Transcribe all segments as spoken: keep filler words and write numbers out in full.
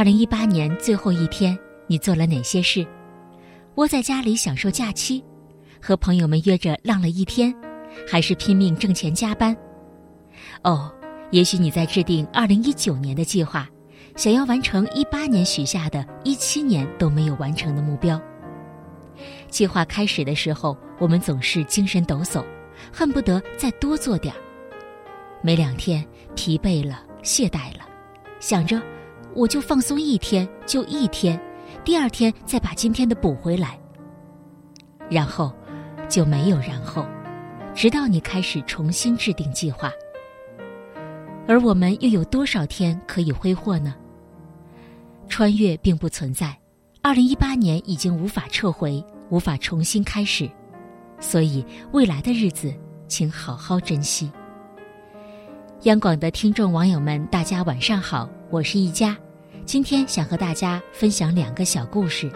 二零一八年最后一天，你做了哪些事？窝在家里享受假期，和朋友们约着浪了一天，还是拼命挣钱加班？哦，也许你在制定二零一九年的计划，想要完成一八年许下的一七年都没有完成的目标。计划开始的时候，我们总是精神抖擞，恨不得再多做点儿。没两天，疲惫了，懈怠了，想着我就放松一天，就一天，第二天再把今天的补回来。然后就没有然后，直到你开始重新制定计划。而我们又有多少天可以挥霍呢？穿越并不存在，二零一八年已经无法撤回，无法重新开始，所以未来的日子请好好珍惜。央广的听众网友们，大家晚上好，我是一佳，今天想和大家分享两个小故事。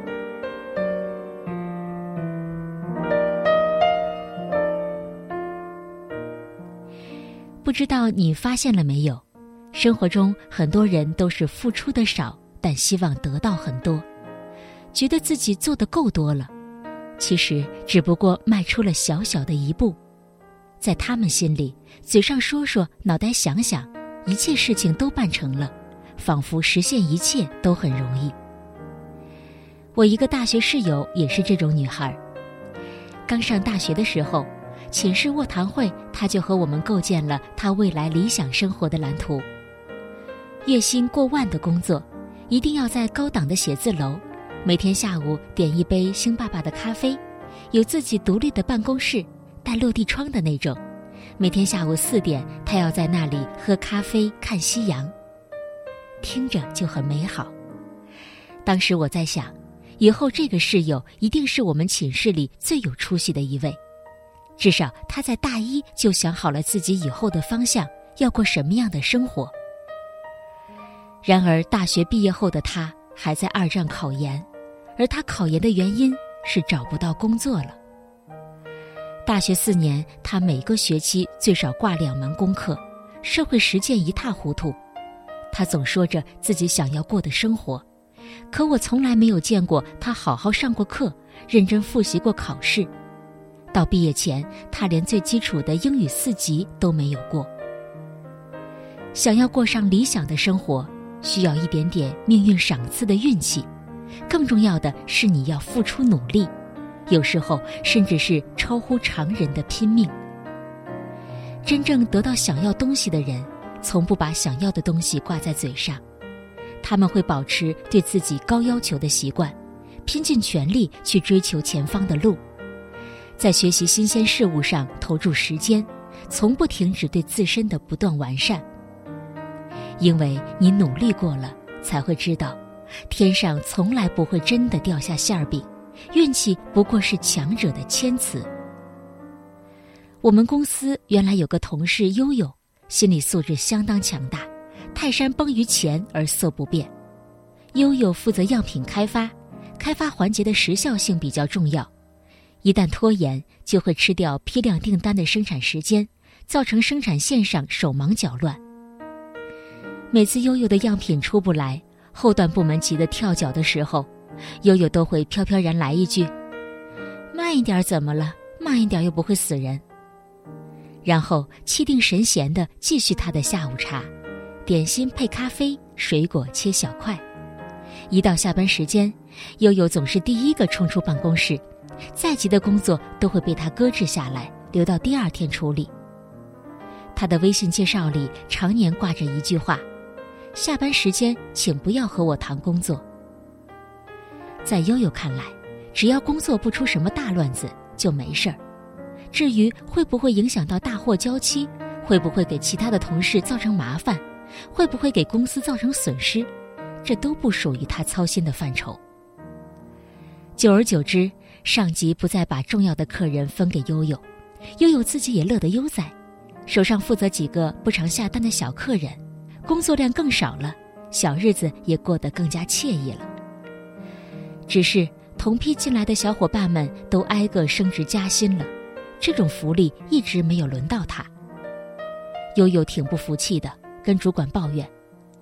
不知道你发现了没有，生活中很多人都是付出的少，但希望得到很多，觉得自己做得够多了，其实只不过迈出了小小的一步。在他们心里，嘴上说说，脑袋想想，一切事情都办成了，仿佛实现一切都很容易。我一个大学室友也是这种女孩，刚上大学的时候，寝室卧谈会，她就和我们构建了她未来理想生活的蓝图。月薪过万的工作，一定要在高档的写字楼，每天下午点一杯星爸爸的咖啡，有自己独立的办公室，带落地窗的那种。每天下午四点，她要在那里喝咖啡看夕阳，听着就很美好。当时我在想，以后这个室友一定是我们寝室里最有出息的一位，至少她在大一就想好了自己以后的方向，要过什么样的生活。然而大学毕业后的她还在二战考研，而她考研的原因是找不到工作了。大学四年，她每个学期最少挂两门功课，社会实践一塌糊涂。她总说着自己想要过的生活，可我从来没有见过她好好上过课，认真复习过考试。到毕业前，她连最基础的英语四级都没有过。想要过上理想的生活，需要一点点命运赏赐的运气，更重要的是你要付出努力，有时候甚至是超乎常人的拼命。真正得到想要东西的人，从不把想要的东西挂在嘴上，他们会保持对自己高要求的习惯，拼尽全力去追求前方的路，在学习新鲜事物上投注时间，从不停止对自身的不断完善。因为你努力过了，才会知道，天上从来不会真的掉下馅儿饼，运气不过是强者的谦词。我们公司原来有个同事悠悠，心理素质相当强大，泰山崩于前而色不变。悠悠负责样品开发，开发环节的时效性比较重要，一旦拖延就会吃掉批量订单的生产时间，造成生产线上手忙脚乱。每次悠悠的样品出不来，后端部门急得跳脚的时候，悠悠都会飘飘然来一句，慢一点怎么了，慢一点又不会死人。然后气定神闲地继续他的下午茶，点心配咖啡，水果切小块。一到下班时间，悠悠总是第一个冲出办公室，再急的工作都会被他搁置下来，留到第二天处理。他的微信介绍里常年挂着一句话，下班时间请不要和我谈工作。在悠悠看来，只要工作不出什么大乱子就没事儿，至于会不会影响到大货交期，会不会给其他的同事造成麻烦，会不会给公司造成损失，这都不属于他操心的范畴。久而久之，上级不再把重要的客人分给悠悠，悠悠自己也乐得悠哉，手上负责几个不常下单的小客人，工作量更少了，小日子也过得更加惬意了。只是同批进来的小伙伴们都挨个升职加薪了，这种福利一直没有轮到他。悠悠挺不服气的，跟主管抱怨，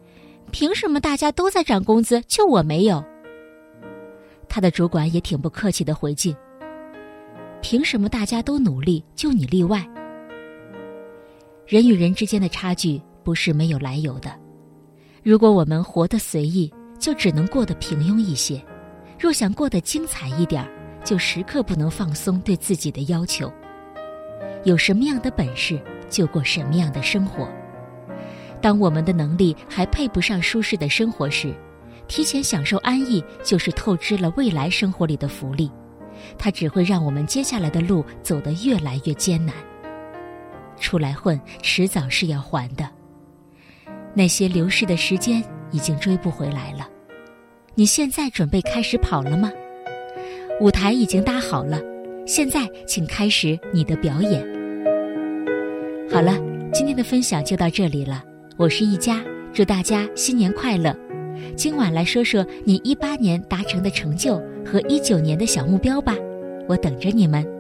凭什么大家都在涨工资，就我没有？他的主管也挺不客气地回敬，凭什么大家都努力，就你例外？人与人之间的差距不是没有来由的，如果我们活得随意，就只能过得平庸一些；若想过得精彩一点，就时刻不能放松对自己的要求。有什么样的本事，就过什么样的生活。当我们的能力还配不上舒适的生活时，提前享受安逸就是透支了未来生活里的福利，它只会让我们接下来的路走得越来越艰难。出来混，迟早是要还的。那些流逝的时间已经追不回来了。你现在准备开始跑了吗？舞台已经搭好了，现在请开始你的表演。好了，今天的分享就到这里了，我是一佳，祝大家新年快乐。今晚来说说你一八年达成的成就和一九年的小目标吧，我等着你们。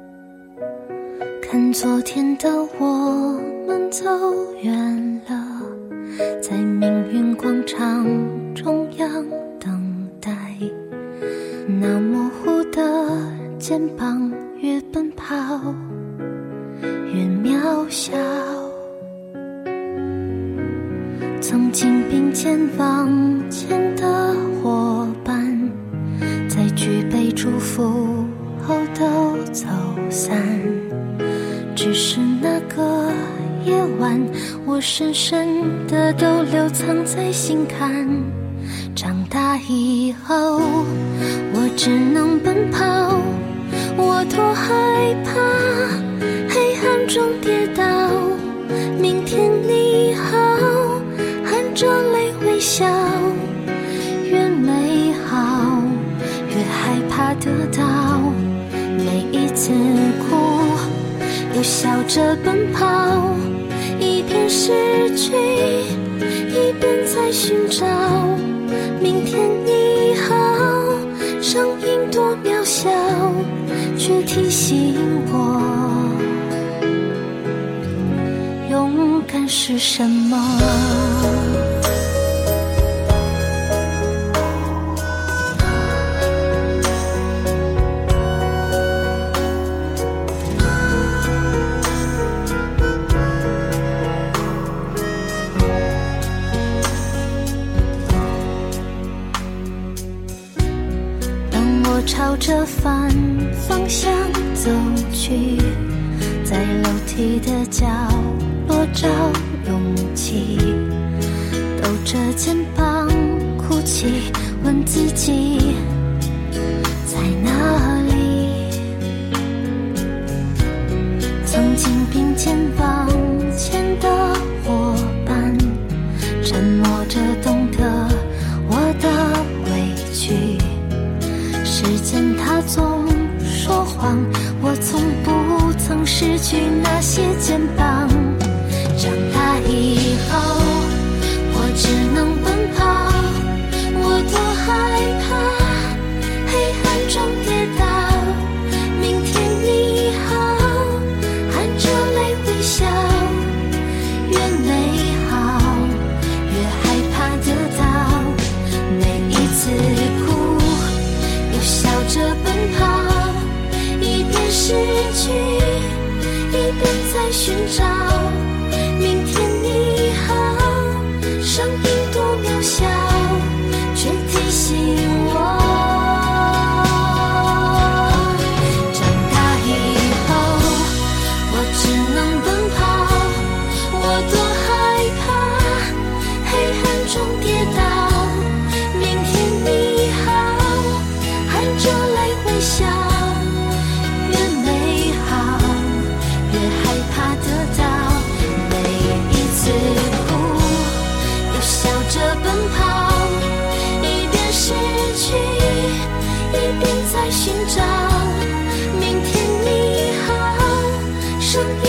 看昨天的我们走远了，在命运广场中央等待，那模糊的肩膀越奔跑越渺小，曾经并肩往前的伙伴，在举杯祝福后都走散，只是那个夜晚，我深深的都留藏在心坎。长大以后，我只能奔跑，我多害怕黑暗中跌倒。明天你好，含着泪微笑，越美好越害怕得到，每一次哭又笑着奔跑，一边失去一边在寻找。明天你好，声音多渺小，却提醒我勇敢是什么。朝着反方向走去，在楼梯的角落找勇气，抖着肩膀哭泣，问自己在哪里。曾经并肩往前的伙伴，沉默着懂得我的委屈，时间它总说谎，我从不曾失去那些肩膀。长大以后，我只能奔跑，我多害怕黑暗中跌倒。明天你好，含着泪微笑，越美好越害怕得到，每一次哭笑着奔跑，一边失去一边在寻找。明天你好，声音多渺小，却提醒我长大以后，我只能奔跑，我多害怕黑暗中跌倒。明天你好，含着泪微笑，越美好越害怕得到，每一次哭又笑着奔跑，一边失去一边在寻找。明天你好，声音